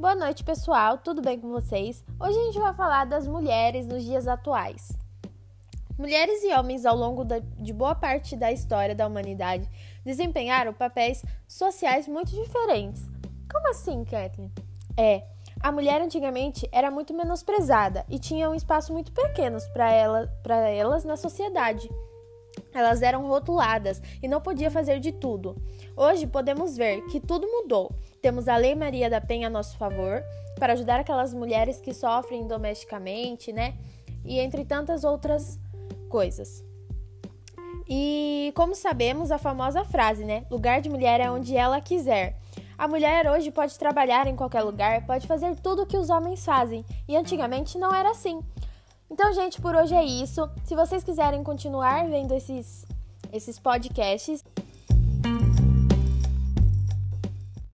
Boa noite, pessoal. Tudo bem com vocês? Hoje a gente vai falar das mulheres nos dias atuais. Mulheres e homens, ao longo de boa parte da história da humanidade, desempenharam papéis sociais muito diferentes. Como assim, Kathleen? A mulher antigamente era muito menosprezada e tinha um espaço muito pequeno para elas na sociedade. Elas eram rotuladas e não podia fazer de tudo. Hoje podemos ver que tudo mudou. Temos a Lei Maria da Penha a nosso favor para ajudar aquelas mulheres que sofrem domesticamente, E entre tantas outras coisas. E como sabemos, a famosa frase, Lugar de mulher é onde ela quiser. A mulher hoje pode trabalhar em qualquer lugar, pode fazer tudo o que os homens fazem. E antigamente não era assim. Então, gente, por hoje é isso. Se vocês quiserem continuar vendo esses podcasts,